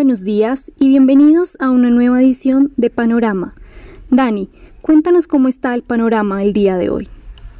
buenos días y bienvenidos a una nueva edición de Panorama. Dani, cuéntanos cómo está el panorama el día de hoy.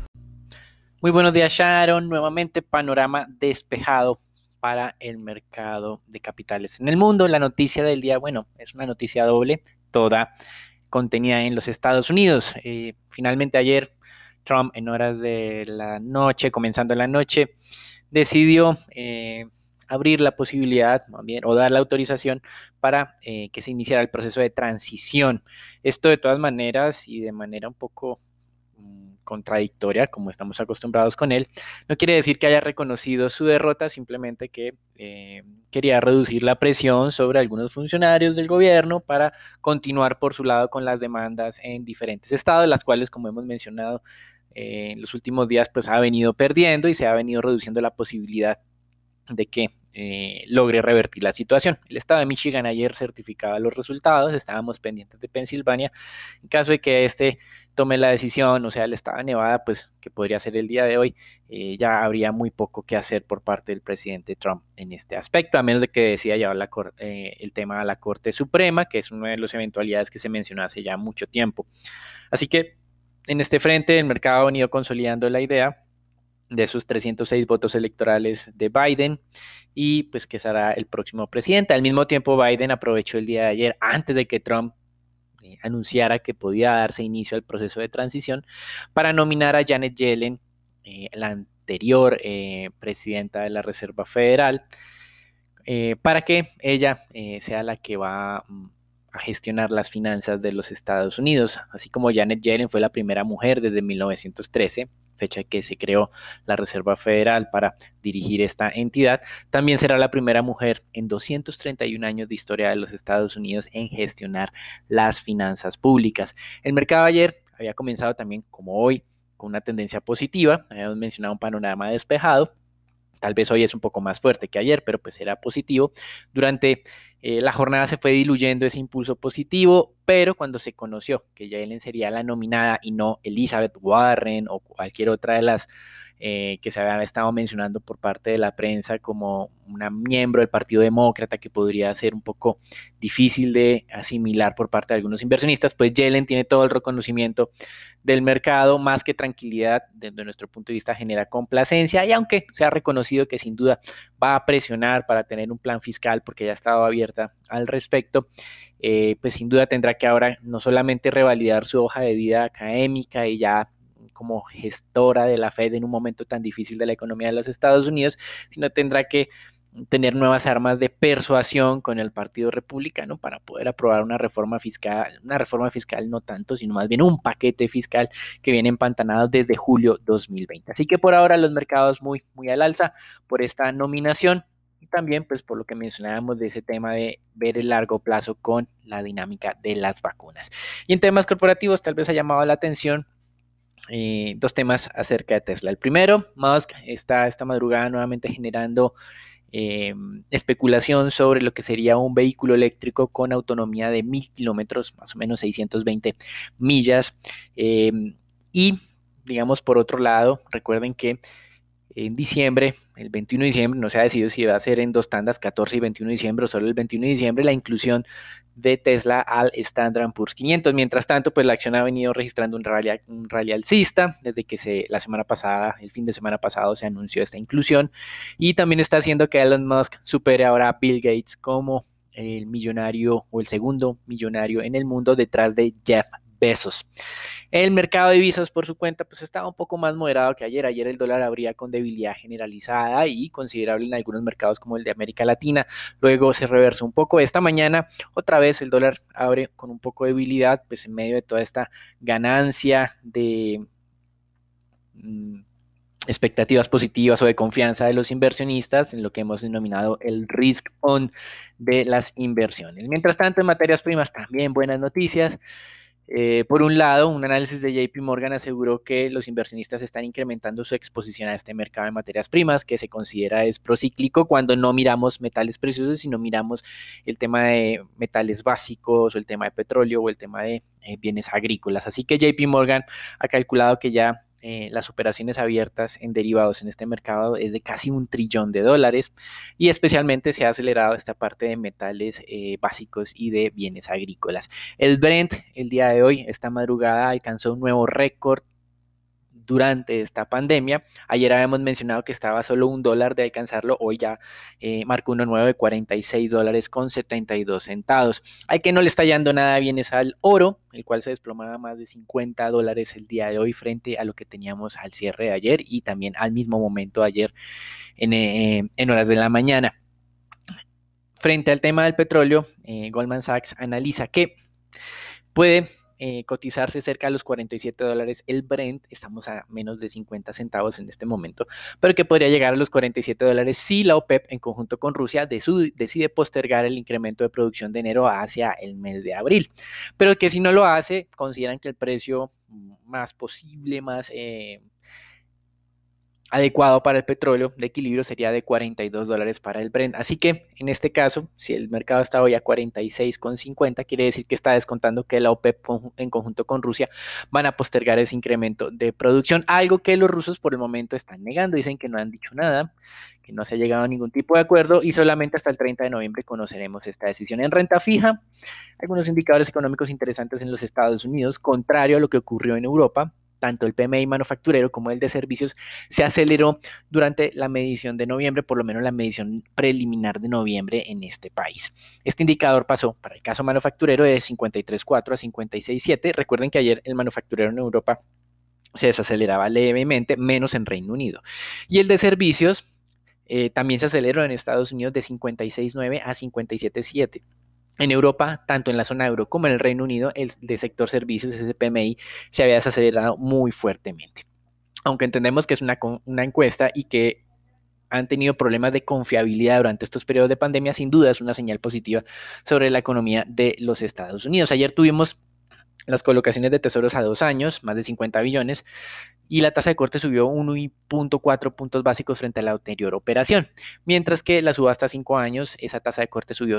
Muy buenos días, Sharon. Nuevamente panorama despejado para el mercado de capitales en el mundo. La noticia del día, bueno, es una noticia doble, toda contenida en los Estados Unidos. Finalmente ayer Trump, en horas de la noche, comenzando la noche, decidió abrir la posibilidad, o dar la autorización para que se iniciara el proceso de transición. Esto de todas maneras y de manera un poco contradictoria, como estamos acostumbrados con él, no quiere decir que haya reconocido su derrota, simplemente que quería reducir la presión sobre algunos funcionarios del gobierno para continuar por su lado con las demandas en diferentes estados, las cuales, como hemos mencionado en los últimos días, pues ha venido perdiendo y se ha venido reduciendo la posibilidad de que logre revertir la situación. El estado de Michigan ayer certificaba los resultados, estábamos pendientes de Pensilvania. En caso de que este tome la decisión, o sea, el estado de Nevada, pues que podría ser el día de hoy, ya habría muy poco que hacer por parte del presidente Trump en este aspecto, a menos de que decida llevar el tema a la Corte Suprema, que es una de las eventualidades que se mencionó hace ya mucho tiempo. Así que en este frente el mercado ha venido consolidando la idea de sus 306 votos electorales de Biden y pues que será el próximo presidente. Al mismo tiempo, Biden aprovechó el día de ayer, antes de que Trump anunciara que podía darse inicio al proceso de transición, para nominar a Janet Yellen, la anterior presidenta de la Reserva Federal, para que ella sea la que va a gestionar las finanzas de los Estados Unidos. Así como Janet Yellen fue la primera mujer desde 1913, fecha que se creó la Reserva Federal para dirigir esta entidad, también será la primera mujer en 231 años de historia de los Estados Unidos en gestionar las finanzas públicas. El mercado ayer había comenzado también, como hoy, con una tendencia positiva, habíamos mencionado un panorama despejado. Tal vez hoy es un poco más fuerte que ayer, pero pues era positivo. Durante la jornada se fue diluyendo ese impulso positivo, pero cuando se conoció que Yellen sería la nominada y no Elizabeth Warren o cualquier otra de las que se había estado mencionando por parte de la prensa como una miembro del Partido Demócrata que podría ser un poco difícil de asimilar por parte de algunos inversionistas, pues Yellen tiene todo el reconocimiento del mercado, más que tranquilidad, desde nuestro punto de vista genera complacencia, y aunque se ha reconocido que sin duda va a presionar para tener un plan fiscal porque ya ha estado abierta al respecto, pues sin duda tendrá que ahora no solamente revalidar su hoja de vida académica y ya como gestora de la Fed en un momento tan difícil de la economía de los Estados Unidos, sino tendrá que tener nuevas armas de persuasión con el Partido Republicano para poder aprobar una reforma fiscal no tanto, sino más bien un paquete fiscal que viene empantanado desde julio 2020. Así que por ahora los mercados muy al alza por esta nominación y también pues por lo que mencionábamos de ese tema de ver el largo plazo con la dinámica de las vacunas. Y en temas corporativos tal vez ha llamado la atención dos temas acerca de Tesla. El primero, Musk está esta madrugada nuevamente generando especulación sobre lo que sería un vehículo eléctrico con autonomía de 1000 kilómetros, más o menos 620 millas. Y digamos, por otro lado, recuerden que en diciembre, el 21 de diciembre, no se ha decidido si va a ser en dos tandas, 14 y 21 de diciembre o solo el 21 de diciembre, la inclusión de Tesla al Standard & Poor's 500. Mientras tanto, pues la acción ha venido registrando un rally alcista desde que la semana pasada, el fin de semana pasado, se anunció esta inclusión, y también está haciendo que Elon Musk supere ahora a Bill Gates como el millonario o el segundo millonario en el mundo detrás de Jeff Bezos. El mercado de divisas por su cuenta pues estaba un poco más moderado que ayer. Ayer el dólar abría con debilidad generalizada y considerable en algunos mercados como el de América Latina. Luego se reversó un poco. Esta mañana otra vez el dólar abre con un poco de debilidad, pues en medio de toda esta ganancia de expectativas positivas o de confianza de los inversionistas en lo que hemos denominado el risk on de las inversiones. Mientras tanto, en materias primas también buenas noticias. Por un lado, un análisis de JP Morgan aseguró que los inversionistas están incrementando su exposición a este mercado de materias primas, que se considera es procíclico cuando no miramos metales preciosos, sino miramos el tema de metales básicos, o el tema de petróleo, o el tema de bienes agrícolas. Así que JP Morgan ha calculado que ya las operaciones abiertas en derivados en este mercado es de casi $1 trillón y especialmente se ha acelerado esta parte de metales básicos y de bienes agrícolas. El Brent el día de hoy, esta madrugada, alcanzó un nuevo récord durante esta pandemia. Ayer habíamos mencionado que estaba solo $1 de alcanzarlo, hoy ya marcó uno nuevo de $46.72. Al que no le está yendo nada bien es al oro, el cual se desplomaba más de $50 el día de hoy frente a lo que teníamos al cierre de ayer y también al mismo momento de ayer en horas de la mañana. Frente al tema del petróleo, Goldman Sachs analiza que puede cotizarse cerca de los $47 el Brent, estamos a menos de 50 centavos en este momento, pero que podría llegar a los $47 si la OPEP en conjunto con Rusia decide postergar el incremento de producción de enero hacia el mes de abril, pero que si no lo hace, consideran que el precio más posible, más adecuado para el petróleo de equilibrio sería de $42 para el Brent. Así que en este caso, si el mercado está hoy a 46,50, quiere decir que está descontando que la OPEP en conjunto con Rusia van a postergar ese incremento de producción, algo que los rusos por el momento están negando, dicen que no han dicho nada, que no se ha llegado a ningún tipo de acuerdo y solamente hasta el 30 de noviembre conoceremos esta decisión. En renta fija, algunos indicadores económicos interesantes en los Estados Unidos, contrario a lo que ocurrió en Europa. Tanto el PMI manufacturero como el de servicios se aceleró durante la medición de noviembre, por lo menos la medición preliminar de noviembre en este país. Este indicador pasó para el caso manufacturero de 53,4 a 56,7. Recuerden que ayer el manufacturero en Europa se desaceleraba levemente, menos en Reino Unido. Y el de servicios también se aceleró en Estados Unidos de 56,9 a 57,7. En Europa, tanto en la zona euro como en el Reino Unido, el de sector servicios, ese PMI, se había desacelerado muy fuertemente. Aunque entendemos que es una encuesta y que han tenido problemas de confiabilidad durante estos periodos de pandemia, sin duda es una señal positiva sobre la economía de los Estados Unidos. Ayer tuvimos las colocaciones de tesoros a 2 años, más de 50 billones, y la tasa de corte subió 1,4 puntos básicos frente a la anterior operación, mientras que la subasta a 5 años, esa tasa de corte subió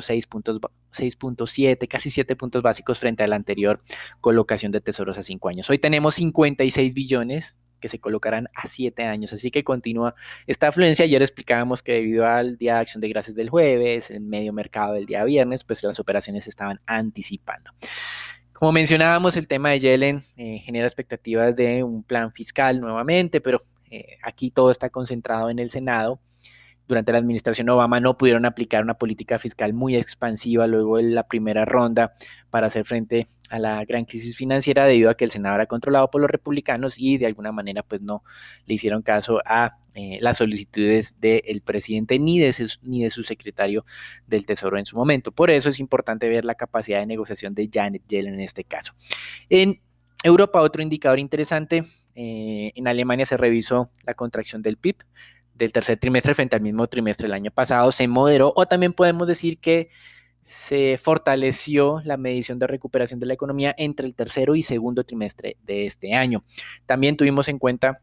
6,7, casi 7 puntos básicos frente a la anterior colocación de tesoros a 5 años. Hoy tenemos 56 billones que se colocarán a 7 años, así que continúa esta afluencia. Ayer explicábamos que debido al Día de Acción de Gracias del jueves, el medio mercado del día viernes, pues las operaciones se estaban anticipando. Como mencionábamos, el tema de Yellen genera expectativas de un plan fiscal nuevamente, pero aquí todo está concentrado en el Senado. Durante la administración Obama no pudieron aplicar una política fiscal muy expansiva luego de la primera ronda para hacer frente a la gran crisis financiera debido a que el Senado era controlado por los republicanos y de alguna manera pues no le hicieron caso a las solicitudes del presidente ni de su secretario del Tesoro en su momento. Por eso es importante ver la capacidad de negociación de Janet Yellen en este caso. En Europa, otro indicador interesante, en Alemania se revisó la contracción del PIB del tercer trimestre frente al mismo trimestre del año pasado, se moderó, o también podemos decir que se fortaleció la medición de recuperación de la economía entre el tercero y segundo trimestre de este año. También tuvimos en cuenta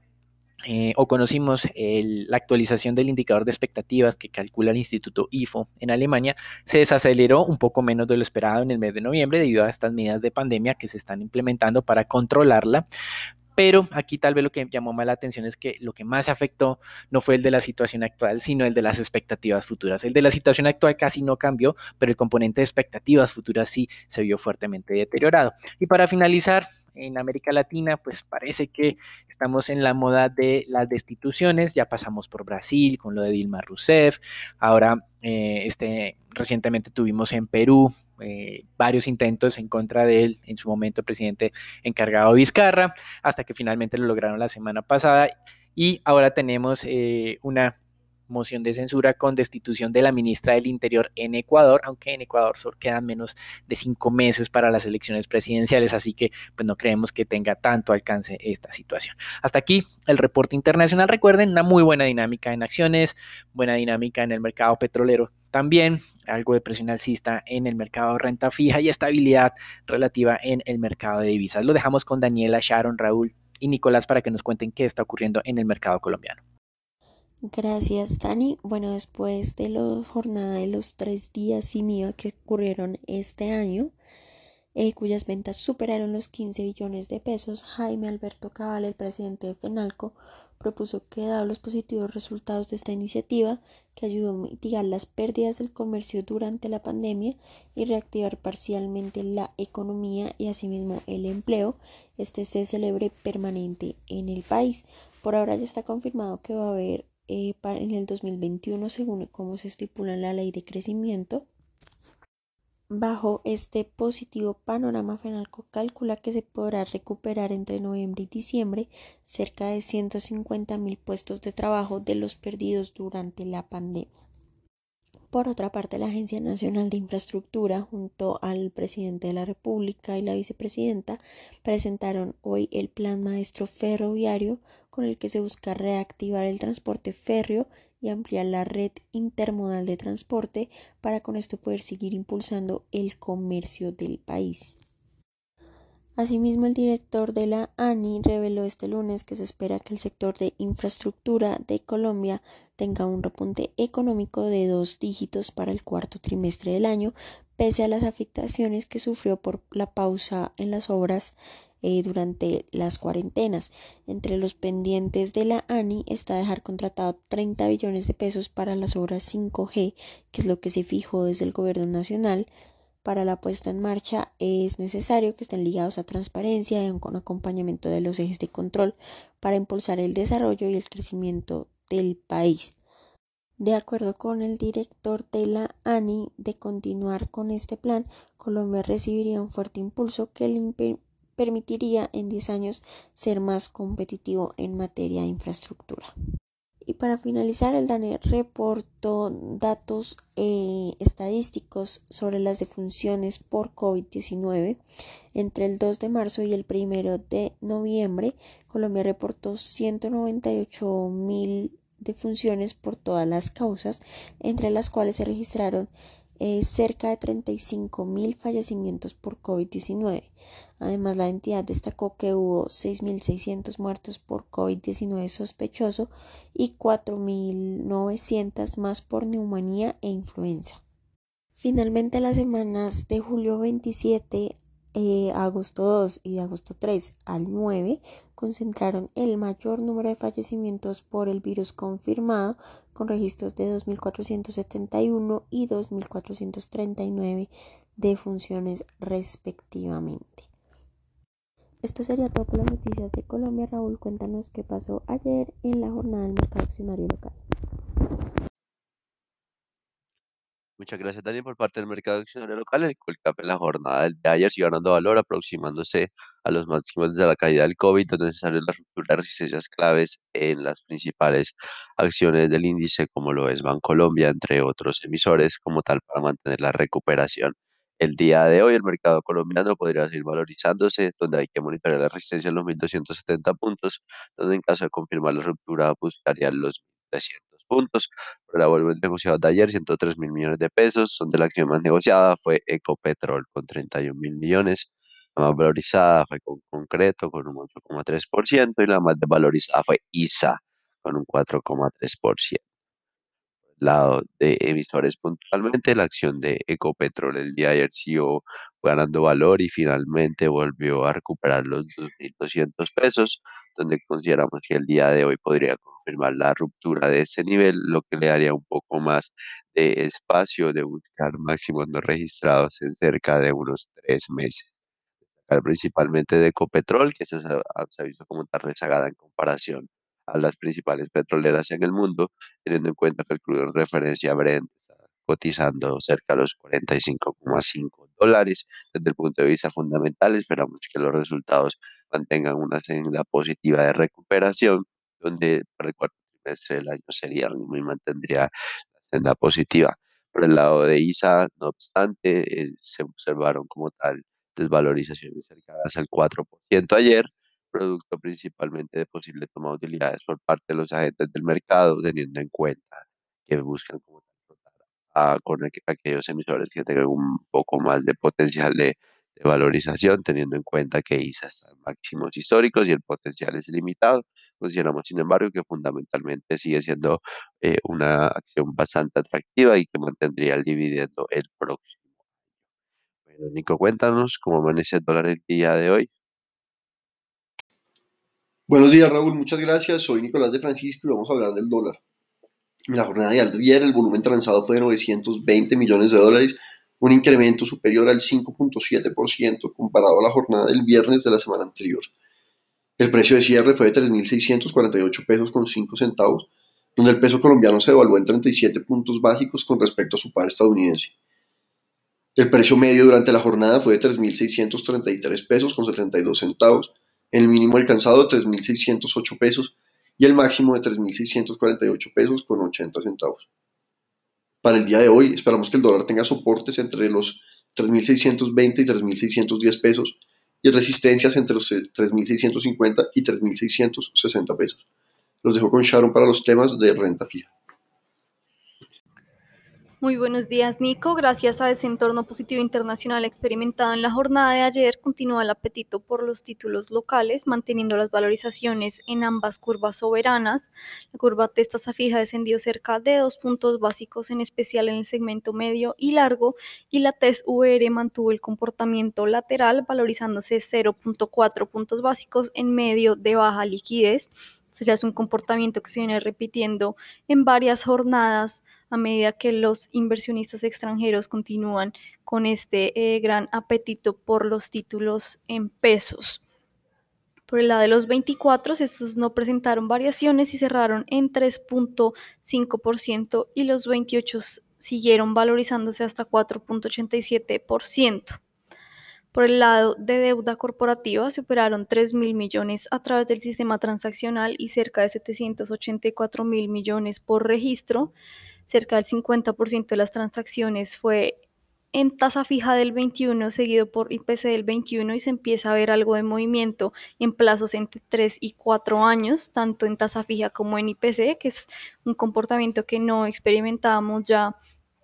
o conocimos la actualización del indicador de expectativas que calcula el Instituto IFO en Alemania, se desaceleró un poco menos de lo esperado en el mes de noviembre debido a estas medidas de pandemia que se están implementando para controlarla. Pero aquí tal vez lo que llamó más la atención es que lo que más afectó no fue el de la situación actual, sino el de las expectativas futuras. El de la situación actual casi no cambió, pero el componente de expectativas futuras sí se vio fuertemente deteriorado. Y para finalizar, en América Latina, pues parece que estamos en la moda de las destituciones, ya pasamos por Brasil con lo de Dilma Rousseff, ahora recientemente tuvimos en Perú varios intentos en contra de él, en su momento el presidente encargado Vizcarra, hasta que finalmente lo lograron la semana pasada y ahora tenemos una moción de censura con destitución de la ministra del Interior en Ecuador, aunque en Ecuador solo quedan menos de 5 meses para las elecciones presidenciales, así que pues no creemos que tenga tanto alcance esta situación. Hasta aquí el reporte internacional. Recuerden, una muy buena dinámica en acciones, buena dinámica en el mercado petrolero también, algo de presión alcista en el mercado de renta fija y estabilidad relativa en el mercado de divisas. Lo dejamos con Daniela, Sharon, Raúl y Nicolás para que nos cuenten qué está ocurriendo en el mercado colombiano. Gracias, Dani. Bueno, después de la jornada de los 3 días sin IVA que ocurrieron este año, cuyas ventas superaron los 15 billones de pesos. Jaime Alberto Cabal, el presidente de FENALCO, propuso que, dado los positivos resultados de esta iniciativa, que ayudó a mitigar las pérdidas del comercio durante la pandemia y reactivar parcialmente la economía y asimismo el empleo, este se celebre permanente en el país. Por ahora ya está confirmado que va a haber en el 2021, según como se estipula en la ley de crecimiento. Bajo este positivo panorama, FENALCO calcula que se podrá recuperar entre noviembre y diciembre cerca de 150.000 puestos de trabajo de los perdidos durante la pandemia. Por otra parte, la Agencia Nacional de Infraestructura, junto al presidente de la República y la vicepresidenta, presentaron hoy el Plan Maestro Ferroviario, con el que se busca reactivar el transporte férreo y ampliar la red intermodal de transporte para con esto poder seguir impulsando el comercio del país. Asimismo, el director de la ANI reveló este lunes que se espera que el sector de infraestructura de Colombia tenga un repunte económico de 2 dígitos para el cuarto trimestre del año, pese a las afectaciones que sufrió por la pausa en las obras durante las cuarentenas. Entre los pendientes de la ANI está dejar contratado 30 billones de pesos para las obras 5G, que es lo que se fijó desde el gobierno nacional. Para la puesta en marcha es necesario que estén ligados a transparencia y un acompañamiento de los ejes de control para impulsar el desarrollo y el crecimiento del país. De acuerdo con el director de la ANI, de continuar con este plan, Colombia recibiría un fuerte impulso que le permitiría en 10 años ser más competitivo en materia de infraestructura. Y para finalizar, el DANE reportó datos estadísticos sobre las defunciones por COVID-19. Entre el 2 de marzo y el 1 de noviembre, Colombia reportó 198.000 defunciones por todas las causas, entre las cuales se registraron cerca de 35.000 fallecimientos por COVID-19. Además, la entidad destacó que hubo 6.600 muertos por COVID-19 sospechoso y 4.900 más por neumonía e influenza. Finalmente, las semanas de julio 27 a agosto 2 y de agosto 3 al 9 concentraron el mayor número de fallecimientos por el virus confirmado, con registros de 2.471 y 2.439 defunciones respectivamente. Esto sería todo por las noticias de Colombia. Raúl, cuéntanos qué pasó ayer en la jornada del mercado accionario local. Muchas gracias, Daniel, por parte del mercado accionario local. El Colcap en la jornada del de ayer siguió ganando valor, aproximándose a los máximos de la caída del COVID, donde se salió la ruptura de resistencias claves en las principales acciones del índice, como lo es Bancolombia, entre otros emisores, como tal, para mantener la recuperación. El día de hoy, el mercado colombiano podría seguir valorizándose, donde hay que monitorear la resistencia en los 1.270 puntos, donde en caso de confirmar la ruptura buscaría los 1.300 puntos. Por la volumen negociado de ayer, 103.000 millones de pesos, donde la acción más negociada fue Ecopetrol con 31.000 millones. La más valorizada fue con Concreto con un 8,3% y la más desvalorizada fue ISA con un 4,3%. Lado de emisores puntualmente, la acción de Ecopetrol el día de ayer siguió ganando valor y finalmente volvió a recuperar los 2.200 pesos, donde consideramos que el día de hoy podría confirmar la ruptura de ese nivel, lo que le daría un poco más de espacio de buscar máximos no registrados en cerca de unos 3 meses. Principalmente de Ecopetrol, que se ha visto como tan rezagada en comparación a las principales petroleras en el mundo, teniendo en cuenta que el crudo en referencia Brent está cotizando cerca de los $45,5. Desde el punto de vista fundamental, esperamos que los resultados mantengan una senda positiva de recuperación, donde para el cuarto trimestre del año sería lo mismo y mantendría la senda positiva. Por el lado de ISA, no obstante, se observaron como tal desvalorizaciones cercanas al 4% ayer, producto principalmente de posible toma de utilidades por parte de los agentes del mercado, teniendo en cuenta que buscan como tal rotar con aquellos emisores que tengan un poco más de potencial de valorización, teniendo en cuenta que ISA está en máximos históricos y el potencial es limitado. Consideramos, sin embargo, que fundamentalmente sigue siendo una acción bastante atractiva y que mantendría el dividendo el próximo. Bueno, Nico, cuéntanos cómo amanece el dólar el día de hoy. Buenos días, Raúl. Muchas gracias. Soy Nicolás de Francisco y vamos a hablar del dólar. En la jornada de ayer, el volumen transado fue de 920 millones de dólares, un incremento superior al 5.7% comparado a la jornada del viernes de la semana anterior. El precio de cierre fue de 3.648 pesos con 5 centavos, donde el peso colombiano se devaluó en 37 puntos básicos con respecto a su par estadounidense. El precio medio durante la jornada fue de 3.633 pesos con 72 centavos, el mínimo alcanzado de 3.608 pesos y el máximo de 3.648 pesos con 80 centavos. Para el día de hoy esperamos que el dólar tenga soportes entre los 3.620 y 3.610 pesos y resistencias entre los 3.650 y 3.660 pesos. Los dejo con Sharon para los temas de renta fija. Muy buenos días, Nico. Gracias a ese entorno positivo internacional experimentado en la jornada de ayer, continúa el apetito por los títulos locales, manteniendo las valorizaciones en ambas curvas soberanas. La curva TES tasa fija descendió cerca de 2 puntos básicos, en especial en el segmento medio y largo, y la TES VR mantuvo el comportamiento lateral, valorizándose 0.4 puntos básicos en medio de baja liquidez. Ya es un comportamiento que se viene repitiendo en varias jornadas a medida que los inversionistas extranjeros continúan con este gran apetito por los títulos en pesos. Por el lado de los 24, estos no presentaron variaciones y cerraron en 3.5% y los 28 siguieron valorizándose hasta 4.87%. Por el lado de deuda corporativa, se operaron 3.000 millones a través del sistema transaccional y cerca de 784.000 millones por registro. Cerca del 50% de las transacciones fue en tasa fija del 21, seguido por IPC del 21, y se empieza a ver algo de movimiento en plazos entre 3 y 4 años, tanto en tasa fija como en IPC, que es un comportamiento que no experimentábamos ya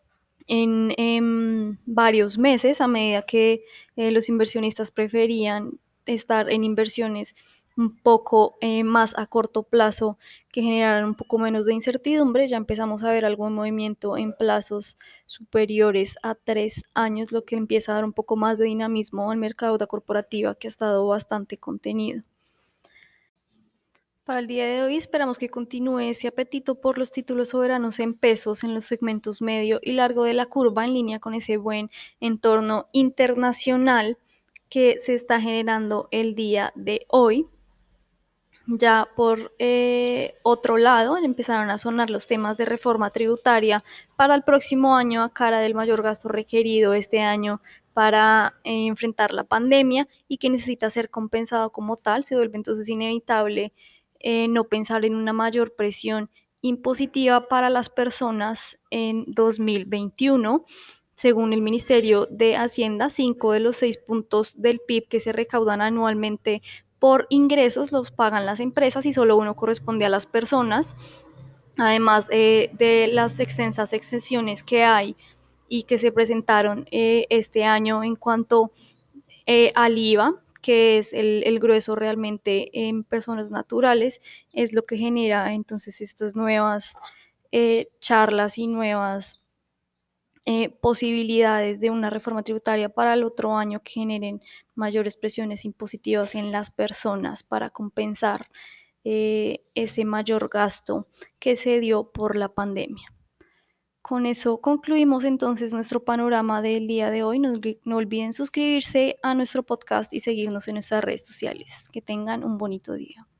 en varios meses, a medida que los inversionistas preferían estar en inversiones un poco más a corto plazo que generaran un poco menos de incertidumbre. Ya empezamos a ver algo de movimiento en plazos superiores a 3 años, lo que empieza a dar un poco más de dinamismo al mercado de corporativa, que ha estado bastante contenido. Para el día de hoy esperamos que continúe ese apetito por los títulos soberanos en pesos en los segmentos medio y largo de la curva, en línea con ese buen entorno internacional que se está generando el día de hoy. Ya por otro lado, empezaron a sonar los temas de reforma tributaria para el próximo año a cara del mayor gasto requerido este año para enfrentar la pandemia y que necesita ser compensado como tal. Se vuelve entonces inevitable no pensar en una mayor presión impositiva para las personas en 2021. Según el Ministerio de Hacienda, 5 de los 6 puntos del PIB que se recaudan anualmente por ingresos los pagan las empresas y solo uno corresponde a las personas. Además de las extensas exenciones que hay y que se presentaron este año en cuanto al IVA, que es el grueso realmente en personas naturales, es lo que genera entonces estas nuevas charlas y nuevas posibilidades de una reforma tributaria para el otro año que generen mayores presiones impositivas en las personas para compensar ese mayor gasto que se dio por la pandemia. Con eso concluimos entonces nuestro panorama del día de hoy. No olviden suscribirse a nuestro podcast y seguirnos en nuestras redes sociales. Que tengan un bonito día.